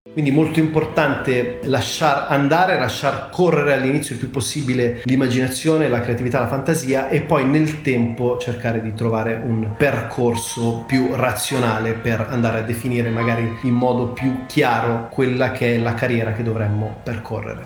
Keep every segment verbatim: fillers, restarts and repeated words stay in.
Quindi molto importante lasciar andare, lasciar correre all'inizio il più possibile l'immaginazione, la creatività, la fantasia, e poi nel tempo cercare di trovare un percorso più razionale per andare a definire magari in modo più chiaro quella che è la carriera che dovremmo percorrere.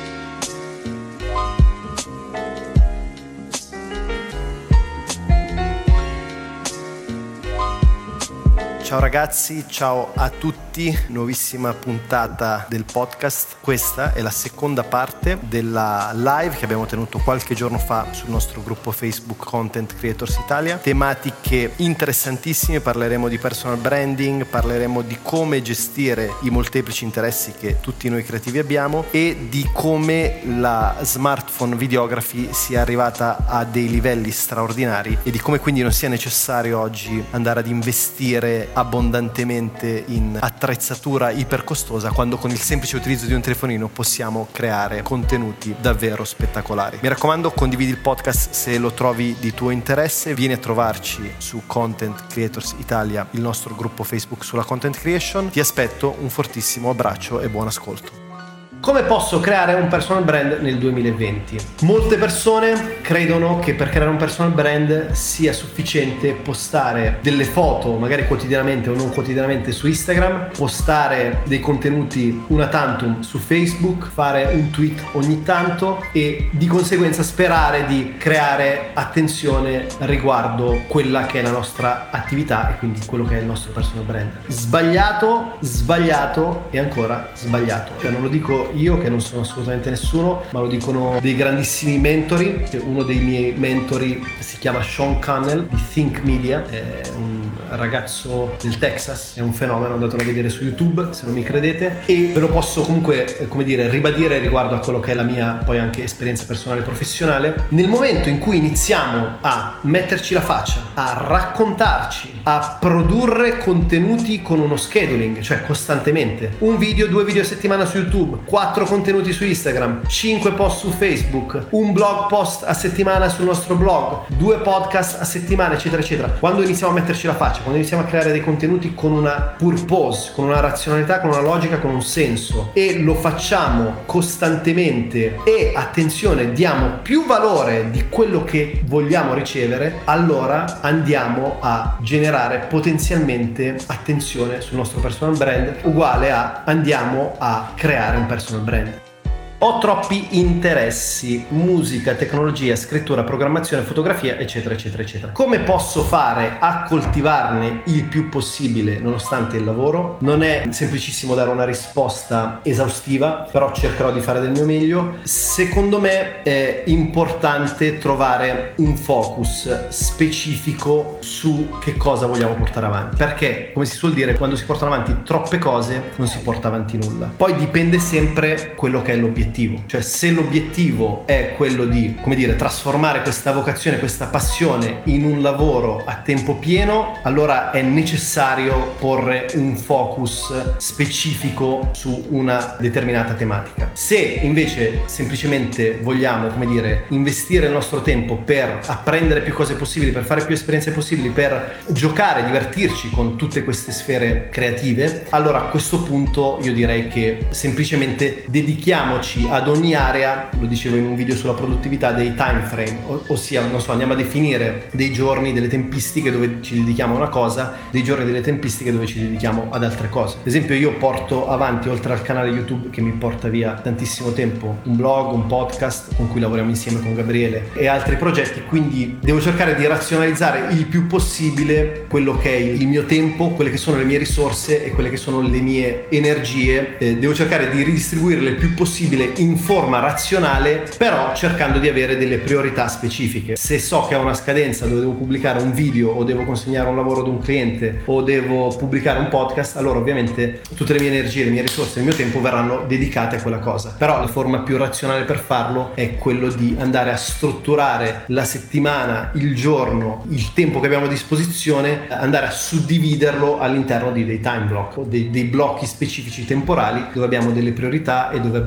Ciao ragazzi, ciao a tutti, nuovissima puntata del podcast. Questa è la seconda parte della live che abbiamo tenuto qualche giorno fa sul nostro gruppo Facebook Content Creators Italia. Tematiche interessantissime, parleremo di personal branding, parleremo di come gestire i molteplici interessi che tutti noi creativi abbiamo e di come la smartphone videography sia arrivata a dei livelli straordinari e di come quindi non sia necessario oggi andare ad investire abbondantemente in attrezzatura ipercostosa quando con il semplice utilizzo di un telefonino possiamo creare contenuti davvero spettacolari. Mi raccomando, condividi il podcast se lo trovi di tuo interesse, vieni a trovarci su Content Creators Italia, il nostro gruppo Facebook sulla content creation. Ti aspetto, un fortissimo abbraccio e buon ascolto. Come posso creare un personal brand nel duemilaventi? Molte persone credono che per creare un personal brand sia sufficiente postare delle foto, magari quotidianamente o non quotidianamente, su Instagram, postare dei contenuti una tantum su Facebook, fare un tweet ogni tanto e di conseguenza sperare di creare attenzione riguardo quella che è la nostra attività e quindi quello che è il nostro personal brand. Sbagliato, sbagliato e ancora sbagliato. Cioè non lo dico io, che non sono assolutamente nessuno, ma lo dicono dei grandissimi mentori. Uno dei miei mentori si chiama Sean Cannell di Think Media, è un ragazzo del Texas, è un fenomeno, andatelo a vedere su YouTube se non mi credete, e ve lo posso comunque, come dire, ribadire riguardo a quello che è la mia poi anche esperienza personale e professionale. Nel momento in cui iniziamo a metterci la faccia, a raccontarci, a produrre contenuti con uno scheduling, cioè costantemente un video, due video a settimana su YouTube, quattro contenuti su Instagram, cinque post su Facebook, un blog post a settimana sul nostro blog, due podcast a settimana, eccetera eccetera. Quando iniziamo a metterci la faccia, quando iniziamo a creare dei contenuti con una purpose, con una razionalità, con una logica, con un senso, e lo facciamo costantemente e, attenzione, diamo più valore di quello che vogliamo ricevere, allora andiamo a generare potenzialmente attenzione sul nostro personal brand, uguale a andiamo a creare un personal brand. Ho troppi interessi: musica, tecnologia, scrittura, programmazione, fotografia, eccetera eccetera eccetera. Come posso fare a coltivarne il più possibile nonostante il lavoro? Non è semplicissimo dare una risposta esaustiva, però cercherò di fare del mio meglio. Secondo me è importante trovare un focus specifico su che cosa vogliamo portare avanti, perché, come si suol dire, quando si portano avanti troppe cose non si porta avanti nulla. Poi dipende sempre quello che è l'obiettivo. Cioè, se l'obiettivo è quello di, come dire, trasformare questa vocazione, questa passione in un lavoro a tempo pieno, allora è necessario porre un focus specifico su una determinata tematica. Se invece semplicemente vogliamo, come dire, investire il nostro tempo per apprendere più cose possibili, per fare più esperienze possibili, per giocare, divertirci con tutte queste sfere creative, allora a questo punto io direi che semplicemente dedichiamoci ad ogni area, lo dicevo in un video sulla produttività, dei time frame, ossia, non so, andiamo a definire dei giorni, delle tempistiche dove ci dedichiamo a una cosa, dei giorni, delle tempistiche dove ci dedichiamo ad altre cose. Ad esempio, io porto avanti, oltre al canale YouTube che mi porta via tantissimo tempo, un blog, un podcast con cui lavoriamo insieme con Gabriele e altri progetti, quindi devo cercare di razionalizzare il più possibile quello che è il mio tempo, quelle che sono le mie risorse e quelle che sono le mie energie. Eh, devo cercare di ridistribuirle il più possibile in forma razionale, però cercando di avere delle priorità specifiche. Se so che ho una scadenza dove devo pubblicare un video o devo consegnare un lavoro ad un cliente o devo pubblicare un podcast, allora ovviamente tutte le mie energie, le mie risorse, il mio tempo verranno dedicate a quella cosa. Però la forma più razionale per farlo è quello di andare a strutturare la settimana, il giorno, il tempo che abbiamo a disposizione, andare a suddividerlo all'interno di dei time block o dei, dei blocchi specifici temporali dove abbiamo delle priorità e dove abbiamo dei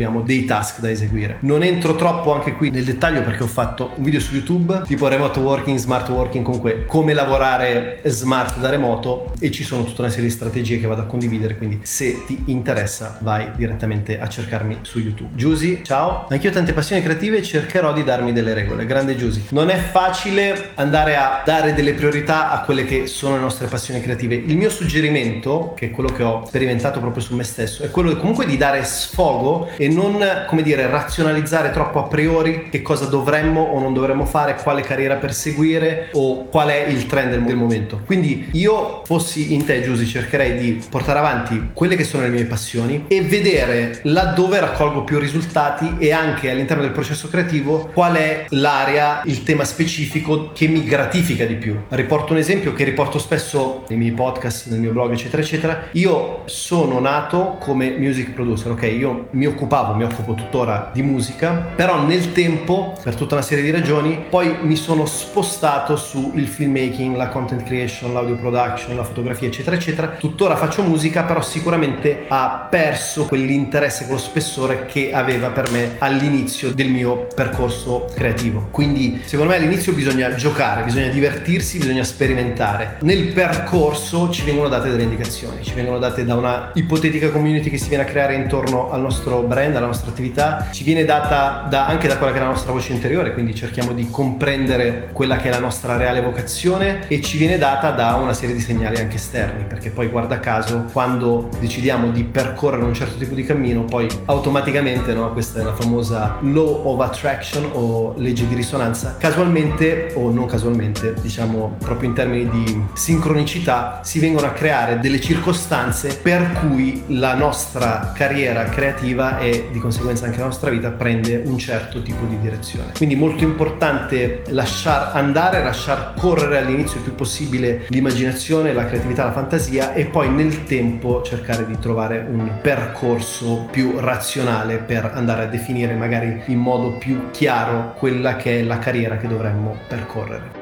task da eseguire. Non entro troppo anche qui nel dettaglio perché ho fatto un video su YouTube tipo remote working, smart working, comunque come lavorare smart da remoto, e ci sono tutta una serie di strategie che vado a condividere, quindi se ti interessa vai direttamente a cercarmi su YouTube. Giusy, ciao. Anch'io ho tante passioni creative e cercherò di darmi delle regole. Grande Giusy. Non è facile andare a dare delle priorità a quelle che sono le nostre passioni creative. Il mio suggerimento, che è quello che ho sperimentato proprio su me stesso, è quello comunque di dare sfogo e non, come dire, razionalizzare troppo a priori che cosa dovremmo o non dovremmo fare, quale carriera perseguire o qual è il trend del, del momento. Quindi io, fossi in te Giusy, cercherei di portare avanti quelle che sono le mie passioni e vedere laddove raccolgo più risultati, e anche all'interno del processo creativo qual è l'area, il tema specifico che mi gratifica di più. Riporto un esempio che riporto spesso nei miei podcast, nel mio blog, eccetera eccetera. Io sono nato come music producer, ok? Io mi occupavo, mi occupo tuttora di musica, però nel tempo, per tutta una serie di ragioni, poi mi sono spostato sul filmmaking, la content creation, l'audio production, la fotografia, eccetera eccetera. Tuttora faccio musica, però sicuramente ha perso quell'interesse, quello spessore che aveva per me all'inizio del mio percorso creativo. Quindi secondo me all'inizio bisogna giocare, bisogna divertirsi, bisogna sperimentare. Nel percorso ci vengono date delle indicazioni, ci vengono date da una ipotetica community che si viene a creare intorno al nostro brand, alla nostra attività, ci viene data da, anche da quella che è la nostra voce interiore, quindi cerchiamo di comprendere quella che è la nostra reale vocazione, e ci viene data da una serie di segnali anche esterni, perché poi guarda caso quando decidiamo di percorrere un certo tipo di cammino, poi automaticamente, no, questa è la famosa law of attraction o legge di risonanza, casualmente o non casualmente, diciamo proprio in termini di sincronicità, si vengono a creare delle circostanze per cui la nostra carriera creativa e di conseguenza anche la nostra vita prende un certo tipo di direzione. Quindi molto importante lasciar andare, lasciar correre all'inizio il più possibile l'immaginazione, la creatività, la fantasia, e poi nel tempo cercare di trovare un percorso più razionale per andare a definire magari in modo più chiaro quella che è la carriera che dovremmo percorrere.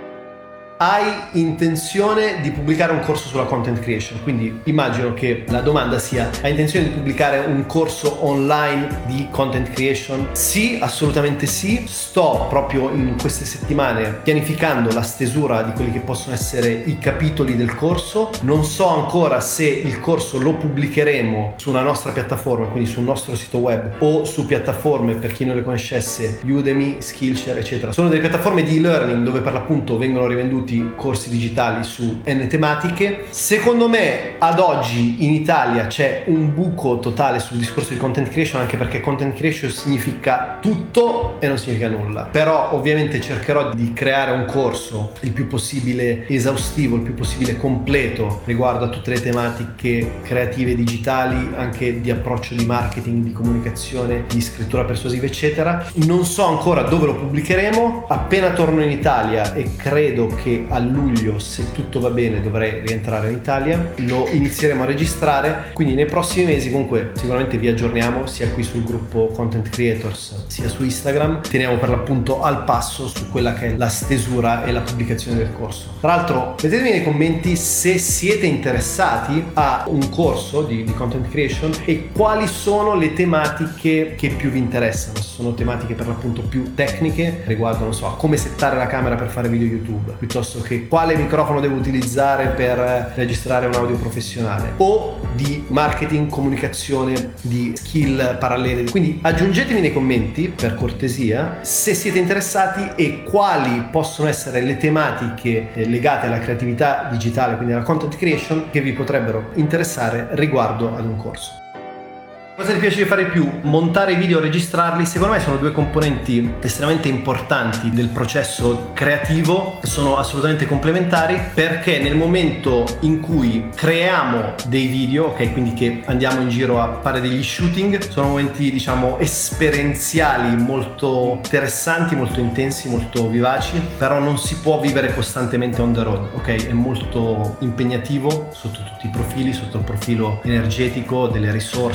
Hai intenzione di pubblicare un corso sulla content creation? Quindi immagino che la domanda sia: hai intenzione di pubblicare un corso online di content creation? Sì, assolutamente sì. Sto proprio in queste settimane pianificando la stesura di quelli che possono essere i capitoli del corso. Non so ancora se il corso lo pubblicheremo su una nostra piattaforma, quindi sul nostro sito web, o su piattaforme, per chi non le conoscesse, Udemy, Skillshare, eccetera. Sono delle piattaforme di e-learning dove per l'appunto vengono rivenduti corsi digitali su N tematiche. Secondo me ad oggi in Italia c'è un buco totale sul discorso di content creation, anche perché content creation significa tutto e non significa nulla. Però ovviamente cercherò di creare un corso il più possibile esaustivo, il più possibile completo riguardo a tutte le tematiche creative digitali, anche di approccio di marketing, di comunicazione, di scrittura persuasiva, eccetera. Non so ancora dove lo pubblicheremo. Appena torno in Italia, e credo che a luglio, se tutto va bene, dovrei rientrare in Italia, lo inizieremo a registrare. Quindi nei prossimi mesi comunque sicuramente vi aggiorniamo, sia qui sul gruppo Content Creators sia su Instagram. Teniamo per l'appunto al passo su quella che è la stesura e la pubblicazione del corso. Tra l'altro mettetemi nei commenti se siete interessati a un corso di, di content creation e quali sono le tematiche che più vi interessano. Se sono tematiche per l'appunto più tecniche riguardo, non so, a come settare la camera per fare video YouTube, piuttosto che quale microfono devo utilizzare per registrare un audio professionale, o di marketing, comunicazione, di skill parallele. Quindi aggiungetemi nei commenti per cortesia se siete interessati e quali possono essere le tematiche legate alla creatività digitale, quindi alla content creation, che vi potrebbero interessare riguardo ad un corso. Cosa ti piace fare più? Montare i video o registrarli? Secondo me sono due componenti estremamente importanti del processo creativo, sono assolutamente complementari, perché nel momento in cui creiamo dei video, ok, quindi che andiamo in giro a fare degli shooting, sono momenti, diciamo, esperienziali molto interessanti, molto intensi, molto vivaci, però non si può vivere costantemente on the road, ok? È molto impegnativo sotto tutti i profili, sotto il profilo energetico, delle risorse, del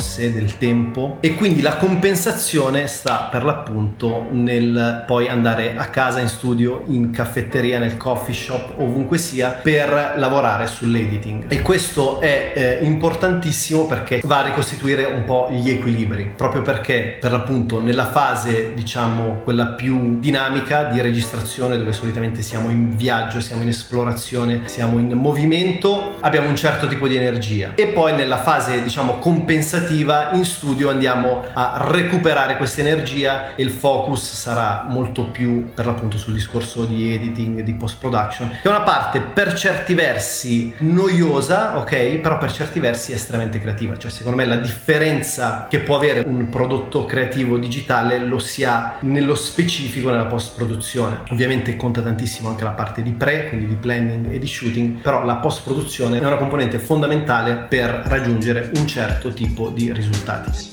del tempo, e quindi la compensazione sta per l'appunto nel poi andare a casa, in studio, in caffetteria, nel coffee shop, ovunque sia, per lavorare sull'editing. E questo è eh, importantissimo perché va a ricostituire un po' gli equilibri, proprio perché per l'appunto nella fase, diciamo, quella più dinamica di registrazione, dove solitamente siamo in viaggio, siamo in esplorazione, siamo in movimento, abbiamo un certo tipo di energia, e poi nella fase, diciamo, compensativa in studio andiamo a recuperare questa energia e il focus sarà molto più per l'appunto sul discorso di editing, di post production, che è una parte per certi versi noiosa, ok, però per certi versi estremamente creativa. Cioè, secondo me la differenza che può avere un prodotto creativo digitale lo si ha nello specifico nella post produzione. Ovviamente conta tantissimo anche la parte di pre, quindi di planning e di shooting, però la post produzione è una componente fondamentale per raggiungere un certo tipo di risultati.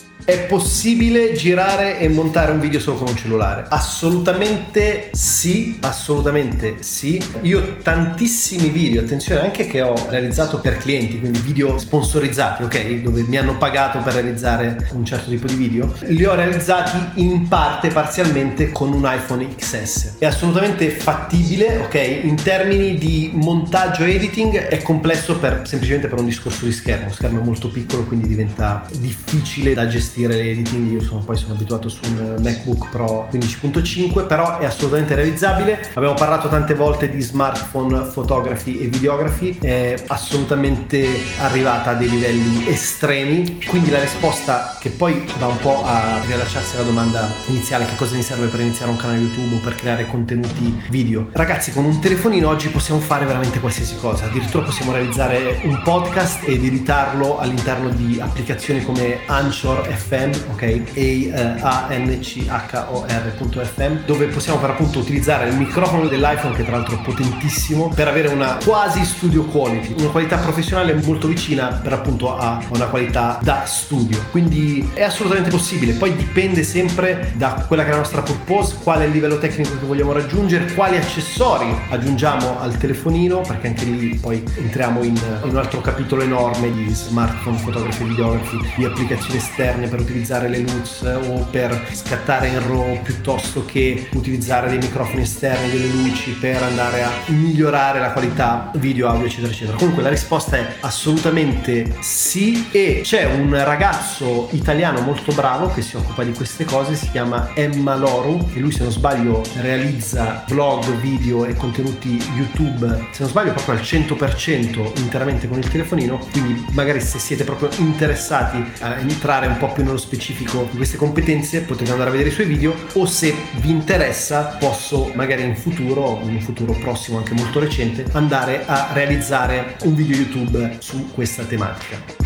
È possibile girare e montare un video solo con un cellulare? Assolutamente sì, assolutamente sì. Io ho tantissimi video, attenzione, anche che ho realizzato per clienti, quindi video sponsorizzati, ok? Dove mi hanno pagato per realizzare un certo tipo di video. Li ho realizzati in parte, parzialmente, con un iPhone X S. È assolutamente fattibile, ok? In termini di montaggio e editing è complesso per, semplicemente per un discorso di schermo. Lo schermo è molto piccolo, quindi diventa difficile da gestire l'editing. Io sono, poi sono abituato su un MacBook Pro quindici punto cinque, però è assolutamente realizzabile. Abbiamo parlato tante volte di smartphone fotografi e videografi, è assolutamente arrivata a dei livelli estremi, quindi la risposta, che poi va un po' a riallacciarsi alla domanda iniziale, che cosa mi serve per iniziare un canale YouTube o per creare contenuti video. Ragazzi, con un telefonino oggi possiamo fare veramente qualsiasi cosa, addirittura possiamo realizzare un podcast ed editarlo all'interno di applicazioni come Anchor F M, ok, e A N C H O R punto F M, dove possiamo per appunto utilizzare il microfono dell'iPhone, che tra l'altro è potentissimo, per avere una quasi studio quality, una qualità professionale molto vicina per appunto a una qualità da studio. Quindi è assolutamente possibile, poi dipende sempre da quella che è la nostra purpose, qual è il livello tecnico che vogliamo raggiungere, quali accessori aggiungiamo al telefonino, perché anche lì poi entriamo in, in un altro capitolo enorme di smartphone, fotografi e videografi, di applicazioni esterne per utilizzare le luci o per scattare in RAW, piuttosto che utilizzare dei microfoni esterni, delle luci per andare a migliorare la qualità video, audio, eccetera eccetera. Comunque la risposta è assolutamente sì, e c'è un ragazzo italiano molto bravo che si occupa di queste cose, si chiama Emma Loru, e lui, se non sbaglio, realizza vlog, video e contenuti YouTube, se non sbaglio proprio al cento per cento interamente con il telefonino. Quindi magari se siete proprio interessati a entrare un po' più nello specifico di queste competenze, potete andare a vedere i suoi video, o se vi interessa posso magari in futuro, in un futuro prossimo, anche molto recente, andare a realizzare un video YouTube su questa tematica.